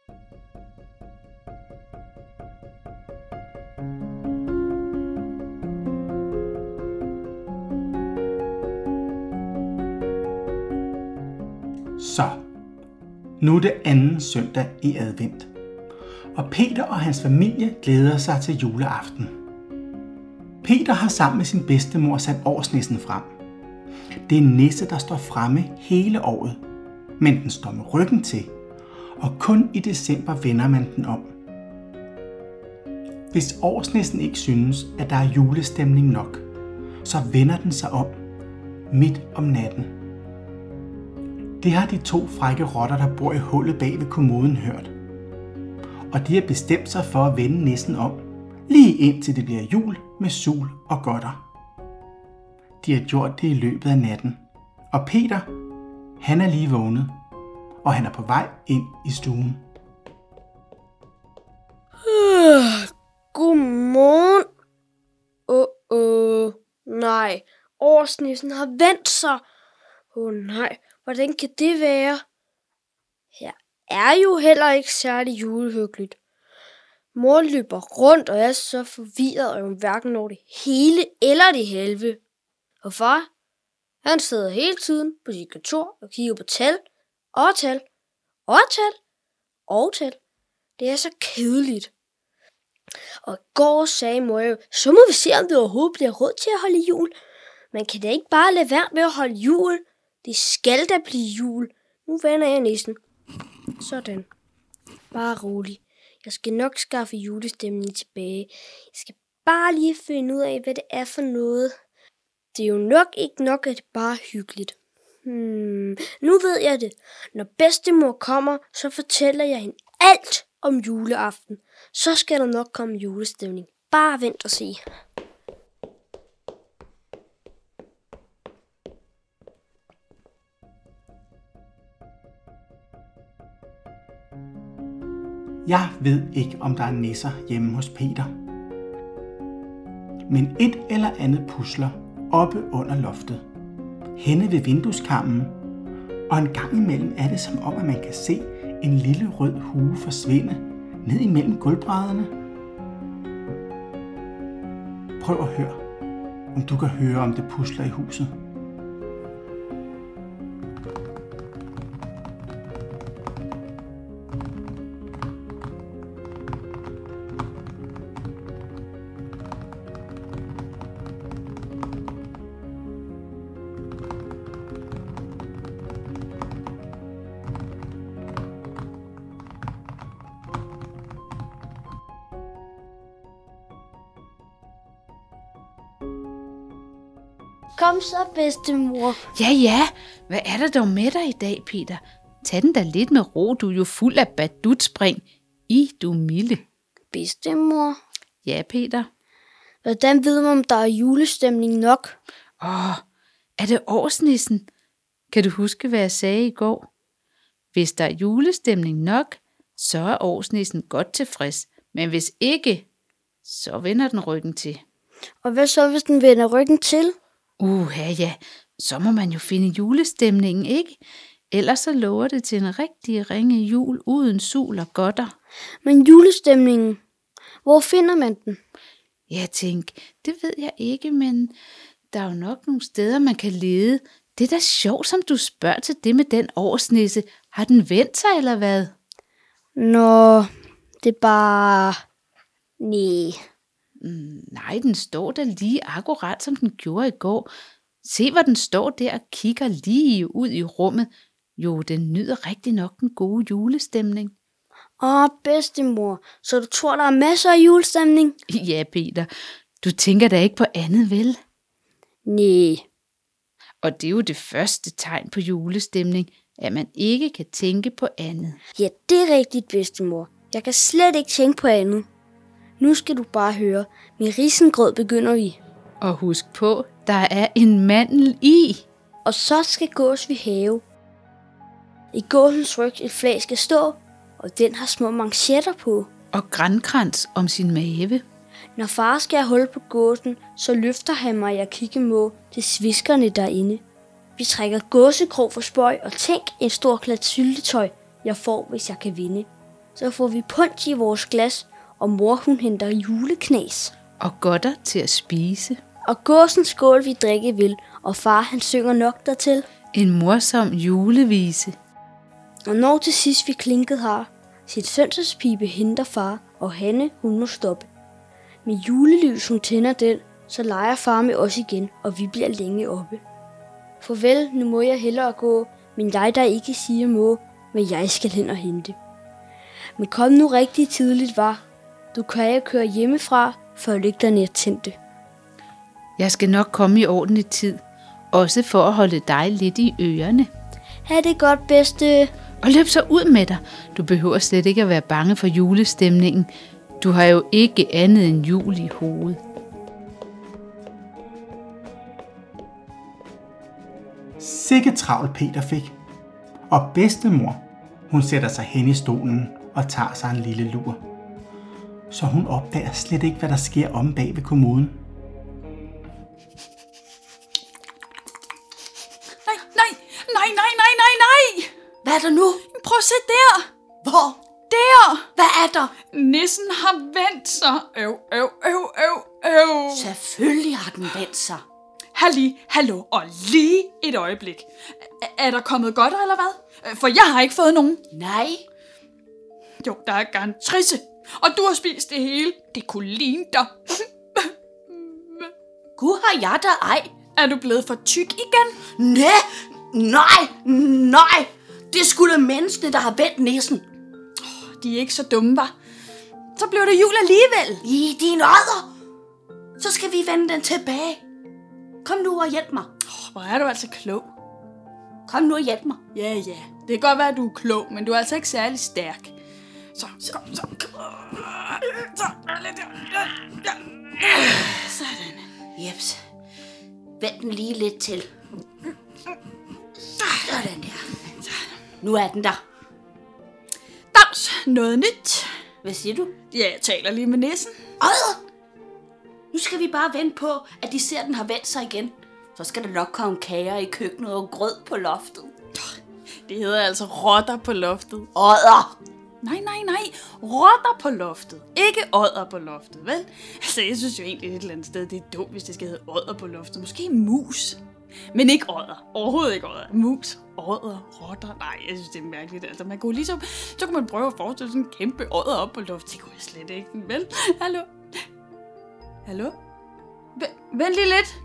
Så, nu er det anden søndag i advent, og Peter og hans familie glæder sig til juleaften. Peter har sammen med sin bedstemor sat årsnissen frem. Det er en nisse, der står fremme hele året, men den står med ryggen til, og kun i december vender man den om. Hvis årsnissen ikke synes, at der er julestemning nok, så vender den sig om midt om natten. Det har de 2 frække rotter, der bor i hullet bag ved kommoden, hørt. Og de har bestemt sig for at vende nissen om, lige indtil det bliver jul med sul og godter. De har gjort det i løbet af natten, og Peter, han er lige vågnet, og han er på vej ind i stuen. Godmorgen. Nej, årsnissen har vendt sig. Nej, hvordan kan det være? Her er jo heller ikke særlig julehyggeligt. Mor løber rundt og er så forvirret, at hun hverken når det hele eller det halve. Og far, han sidder hele tiden på sit kontor og kigger på tal og tal og tal og tal. Det er så kedeligt. Og i går sagde mor jo, så må vi se, om det overhovedet bliver råd til at holde jul. Man kan da ikke bare lade være med at holde jul. Det skal da blive jul. Nu vender jeg nissen. Sådan. Bare rolig. Jeg skal nok skaffe julestemningen tilbage. Jeg skal bare lige finde ud af, hvad det er for noget. Det er jo nok ikke nok, at det bare er hyggeligt. Nu ved jeg det. Når bedstemor kommer, så fortæller jeg hende alt om juleaften. Så skal der nok komme julestemning. Bare vent og se. Jeg ved ikke, om der er nisser hjemme hos Peter. Men et eller andet pusler oppe under loftet, henne ved vindueskarmen, og en gang imellem er det som om, at man kan se en lille rød hue forsvinde ned imellem gulvbrædderne. Prøv at høre, om du kan høre, om det pusler i huset. Kom så, bedstemor. Ja. Hvad er der dog med dig i dag, Peter? Tag den da lidt med ro, du er jo fuld af badutspring. Du milde. Bedstemor? Ja, Peter? Hvordan ved man, om der er julestemning nok? Er det årsnissen? Kan du huske, hvad jeg sagde i går? Hvis der er julestemning nok, så er årsnissen godt tilfreds. Men hvis ikke, så vender den ryggen til. Og hvad så, hvis den vender ryggen til? Ja, så må man jo finde julestemningen, ikke? Ellers så lover det til en rigtig ringe jul uden sul og godter. Men julestemningen, hvor finder man den? Jeg tænk, det ved jeg ikke, men der er jo nok nogle steder, man kan lede. Det er da sjovt, som du spørger til det med den årsnisse. Har den vendt sig, eller hvad? Nå, det er bare... Nej, den står der lige akkurat, som den gjorde i går. Se, hvor den står der og kigger lige ud i rummet. Jo, den nyder rigtig nok den gode julestemning. Bedstemor, så du tror, der er masser af julestemning? Ja, Peter. Du tænker da ikke på andet, vel? Nej. Og det er jo det første tegn på julestemning, at man ikke kan tænke på andet. Ja, det er rigtigt, bedstemor. Jeg kan slet ikke tænke på andet. Nu skal du bare høre. Med risengrød begynder vi. Og husk på, der er en mandel i. Og så skal gås vi have. I gåsens ryg et flag skal stå, og den har små manchetter på. Og grankrans om sin mave. Når far skal have hul på gåsen, så løfter han mig, jeg kigger mod til sviskerne derinde. Vi trækker gåsekrog for spøj, og tænk en stor klat syltetøj, jeg får, hvis jeg kan vinde. Så får vi punch i vores glas, og mor hun henter juleknas. Og godter til at spise. Og gåsen skål vi drikke vil, og far han synger nok dertil. En morsom julevise. Og når til sidst vi klinket har, sit søndagspibe henter far, og Hanne hun må stoppe. Med julelys hun tænder den, så leger far med os igen, og vi bliver længe oppe. Farvel, nu må jeg hellere gå, men jeg der ikke siger må, men jeg skal hen og hente. Men kom nu rigtig tidligt var, du kan jeg køre hjemmefra, før lygterne er tændte. Jeg skal nok komme i ordentlig tid, også for at holde dig lidt i ørerne. Ha' det godt, bedste. Og løb så ud med dig. Du behøver slet ikke at være bange for julestemningen. Du har jo ikke andet end jul i hovedet. Sikke travlt Peter fik. Og bedstemor, hun sætter sig hen i stolen og tager sig en lille lur. Så hun opdager slet ikke, hvad der sker om bag ved kommoden. Nej. Hvad er der nu? Prøv at se der. Hvor? Der. Hvad er der? Nissen har vendt sig. Selvfølgelig har den vendt sig. Hallo, og lige et øjeblik. Er der kommet godter, eller hvad? For jeg har ikke fået nogen. Nej. Jo, der er garantrisse. Og du har spist det hele. Det kunne ligne dig. Gud har jeg da ej. Er du blevet for tyk igen? Nej. Det er sgu da menneskene, der har vendt nissen. De er ikke så dumme, var. Så blev det jul alligevel. I dine odder. Så skal vi vende den tilbage. Kom nu og hjælp mig. Hvor er du altså klog. Kom nu og hjælp mig. Ja. Det kan godt være, at du er klog, men du er altså ikke særlig stærk. Så. Sådan. Jeps. Vend den lige lidt til. Sådan der. Nu er den der. Dags, noget nyt. Hvad siger du? Ja, jeg taler lige med nissen. Nu skal vi bare vente på, at de ser, at den har vendt sig igen. Så skal der nok komme kager i køkkenet og grød på loftet. Det hedder altså rotter på loftet. Odder! Nej. Rotter på loftet. Ikke odder på loftet, vel? Altså, jeg synes jo egentlig et eller andet sted, det er dumt, hvis det skal hedde odder på loftet. Måske mus. Men ikke odder. Overhovedet ikke odder. Mus, odder, rotter. Nej, jeg synes, det er mærkeligt. Altså, man kunne ligesom... Så kunne man prøve at forestille sådan en kæmpe odder op på loftet. Det kunne jeg slet ikke. Vel? Hallo? Vent lige lidt.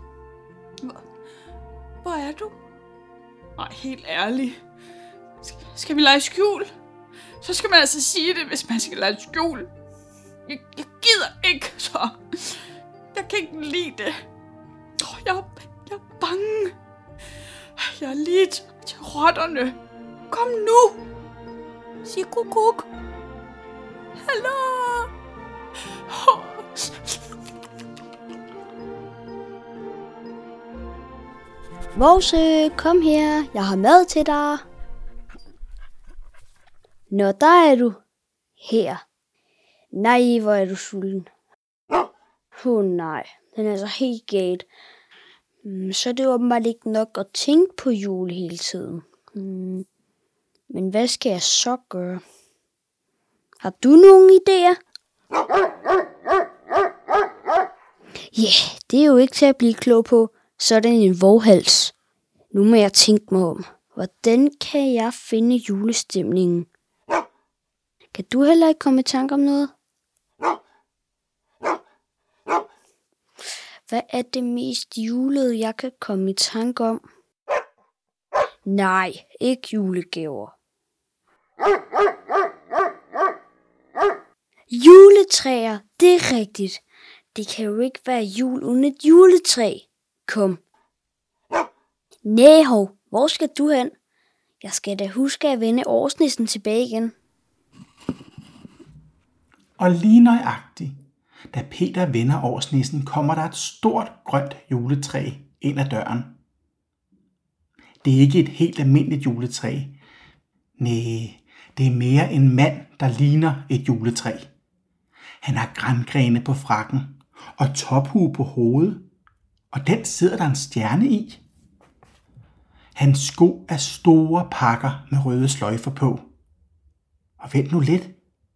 Hvor er du? Nej, helt ærligt. Skal vi lege skjul? Så skal man altså sige det, hvis man skal lege skjul. Jeg gider ikke, så. Jeg kan ikke lide det. Jeg er bange. Jeg er lige til rotterne. Kom nu. Sig kuk. Hallo. Mose, kom her. Jeg har mad til dig. Nå, der er du. Her. Nej, hvor er du sulten. Nej, den er så helt galt. Så er det åbenbart ikke nok at tænke på jul hele tiden. Men hvad skal jeg så gøre? Har du nogle idéer? Ja, det er jo ikke til at blive klog på. Sådan en vovhals. Nu må jeg tænke mig om. Hvordan kan jeg finde julestemningen? Kan du heller ikke komme i tanke om noget? Hvad er det mest julede, jeg kan komme i tanke om? Nej, ikke julegaver. Juletræer, det er rigtigt. Det kan jo ikke være jul uden et juletræ. Kom. Næh, hvor skal du hen? Jeg skal da huske at vende årsnissen tilbage igen. Og lige nøjagtigt, da Peter vender årsnissen, kommer der et stort grønt juletræ ind ad døren. Det er ikke et helt almindeligt juletræ. Næh, det er mere en mand, der ligner et juletræ. Han har grangrene på frakken og tophue på hovedet, og den sidder der en stjerne i. Hans sko er store pakker med røde sløjfer på. Og vent nu lidt,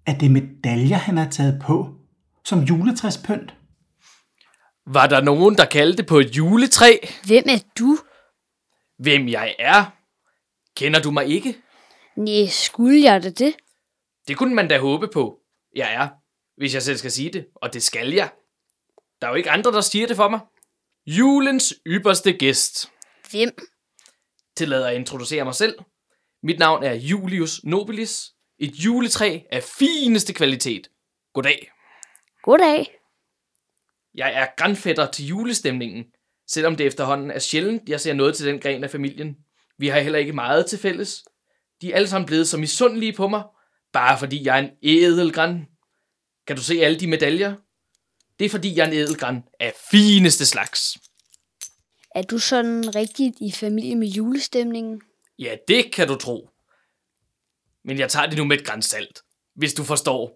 Er det medaljer, han har taget på som juletræspynt? Var der nogen, der kaldte på et juletræ? Hvem er du? Hvem jeg er? Kender du mig ikke? Næh, skulle jeg det? Det kunne man da håbe på. Jeg er, hvis jeg selv skal sige det, og det skal jeg. Der er jo ikke andre, der siger det for mig. Julens ypperste gæst. Hvem? Tillader at introducere mig selv. Mit navn er Julius Nobilis. Et juletræ af fineste kvalitet. Goddag. Goddag. Jeg er grandfætter til julestemningen, selvom det efterhånden er sjældent, jeg ser noget til den gren af familien. Vi har heller ikke meget til fælles. De er alle sammen blevet så misundelige på mig, bare fordi jeg er en ædelgran. Kan du se alle de medaljer? Det er fordi jeg er en ædelgran af fineste slags. Er du sådan rigtigt i familie med julestemningen? Ja, det kan du tro. Men jeg tager det nu med et gran salt, hvis du forstår.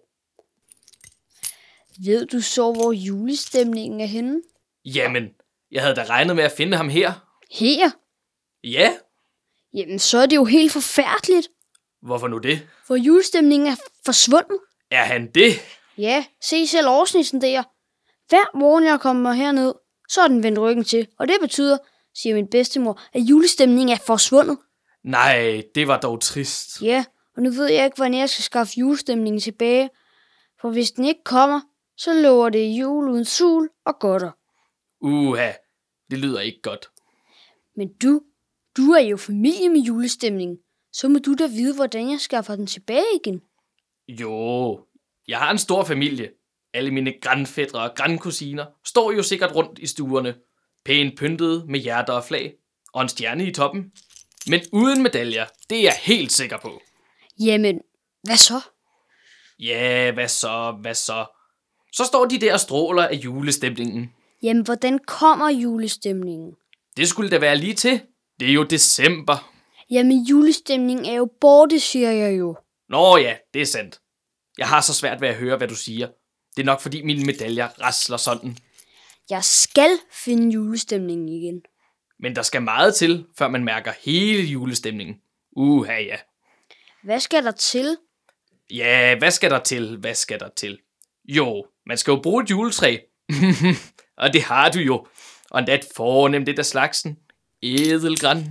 Ved du så, hvor julestemningen er henne? Jamen, jeg havde da regnet med at finde ham her. Her? Ja, Jamen, så er det jo helt forfærdeligt, hvorfor nu det? for julestemningen er forsvundet. Er han det? Ja, se selv årsnissen der. Hver morgen, jeg kommer herned, så er den vendt ryggen til. Og det betyder, siger min bedstemor, at julestemningen er forsvundet. Nej, det var dog trist. Ja, og nu ved jeg ikke, hvordan jeg skal skaffe julestemningen tilbage. For hvis den ikke kommer, så lover det jul uden sul og godter. Uha, det lyder ikke godt. Men du er jo familie med julestemningen. Så må du da vide, hvordan jeg skaffer den tilbage igen. Jo, jeg har en stor familie. Alle mine grandfædre og grandkusiner står jo sikkert rundt i stuerne. Pænt pyntet med hjerter og flag. Og en stjerne i toppen. Men uden medaljer, det er jeg helt sikker på. Jamen, hvad så? Ja, hvad så? Så står de der og stråler af julestemningen. Jamen, hvordan kommer julestemningen? Det skulle da være lige til. Det er jo december. Jamen, julestemningen er jo borte, siger jeg jo. Nå ja, det er sandt. Jeg har så svært ved at høre, hvad du siger. Det er nok fordi mine medaljer rasler sådan. Jeg skal finde julestemningen igen. Men der skal meget til, før man mærker hele julestemningen. Uha ja. Hvad skal der til? Ja, hvad skal der til? Jo, man skal jo bruge et juletræ. Og det har du jo. Og endda et fornemt det der slagsen. Ædelgran.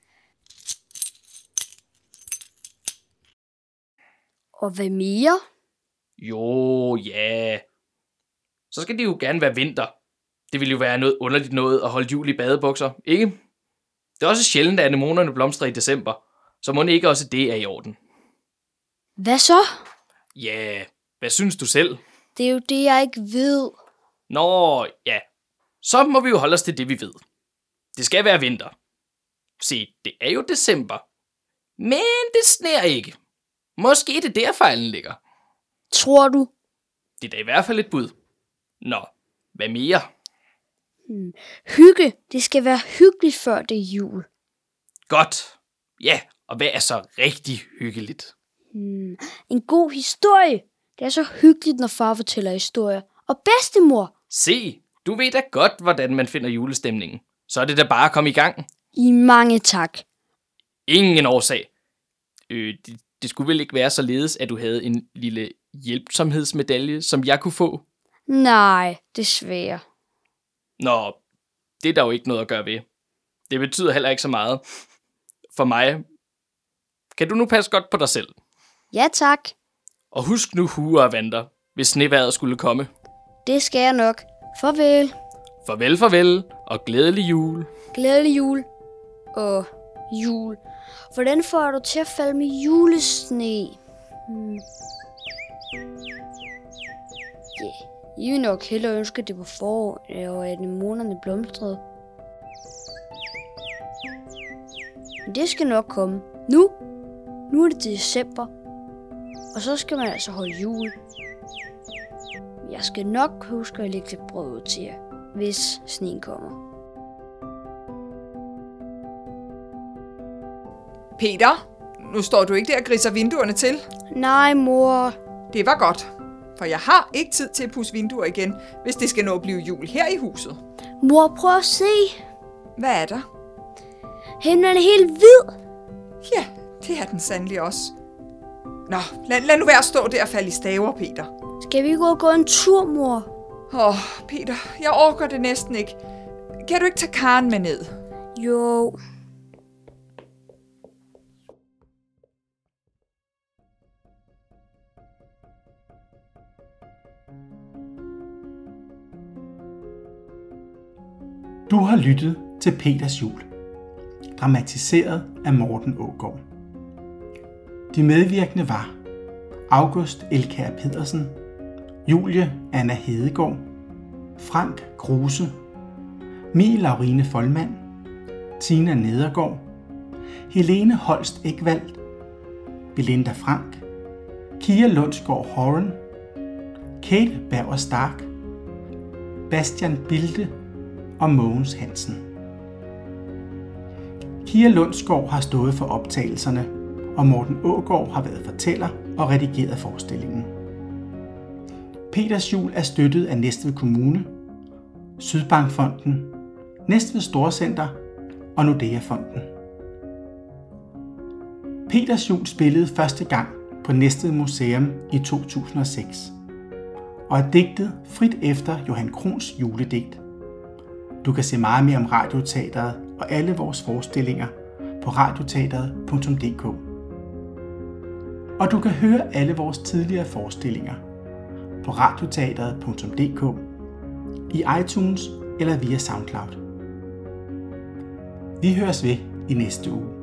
Og hvad mere? Jo, ja. Så skal det jo gerne være vinter. Det vil jo være noget underligt noget at holde jul i badebukser, ikke? Det er også sjældent, at anemonerne blomstrer i december. Så må det ikke også det er i orden. Hvad så? Ja, hvad synes du selv? Det er jo det, jeg ikke ved. Nå, ja. Så må vi jo holde os til det, vi ved. Det skal være vinter. Se, det er jo december. Men det sner ikke. Måske det der fejlen ligger. Tror du? Det er da i hvert fald et bud. Nå, hvad mere? Hygge. Det skal være hyggeligt, før det er jul. Godt. Ja, og hvad er så rigtig hyggeligt? En god historie. Det er så hyggeligt, når far fortæller historier. Og bedstemor. Se, du ved da godt, hvordan man finder julestemningen. Så er det da bare at komme i gang. I mange tak. Ingen årsag. Det skulle vel ikke være således, at du havde en lille hjælpsomhedsmedalje, som jeg kunne få? Nej, desværre. Nå, det er der jo ikke noget at gøre ved. Det betyder heller ikke så meget. For mig. Kan du nu passe godt på dig selv? Ja, tak. Og husk nu huer og vanter, hvis snevejret skulle komme. Det skal jeg nok. Farvel. Farvel, og glædelig jul. Glædelig jul. Og jul. Hvordan får du til at falde med julesne? I vil nok hellere ønske, at det var forår, og at anemonerne blomstrede. Men det skal nok komme. Nu er det december. Og så skal man altså holde jul. Jeg skal nok huske at lægge lidt brød ud til jer, hvis sneen kommer. Peter, nu står du ikke der og griser vinduerne til. Nej, mor. Det var godt, for jeg har ikke tid til at pudse vinduer igen, hvis det skal nå at blive jul her i huset. Mor, prøv at se. Hvad er der? Himlen er helt hvid. Ja, det er den sandelig også. Nå, lad nu være at stå der og falde i staver, Peter. Skal vi gå en tur, mor? Peter, jeg orker det næsten ikke. Kan du ikke tage Karen med ned? Jo. Du har lyttet til Peters jul, dramatiseret af Morten Aagaard. De medvirkende var August Elkjær Pedersen, Julie Anna Hedegaard, Frank Kruse, Mie Laurine Folmand, Tina Nedergaard, Helene Holst Ekvald, Belinda Frank, Kia Lundsgaard Horan, Kate Bauer Stark, Bastian Bilde og Mogens Hansen. Kia Lundsgaard har stået for optagelserne, og Morten Aagaard har været fortæller og redigeret forestillingen. Peters jul er støttet af Næstved Kommune, Sydbankfonden, Næstved Storcenter og Nordea-fonden. Peters jul spillede første gang på Næstved Museum i 2006 og er digtet frit efter Johan Krohns juledigt. Du kan se meget mere om Radioteatret og alle vores forestillinger på radioteatret.dk. Og du kan høre alle vores tidligere forestillinger på radioteatret.dk, i iTunes eller via SoundCloud. Vi høres ved i næste uge.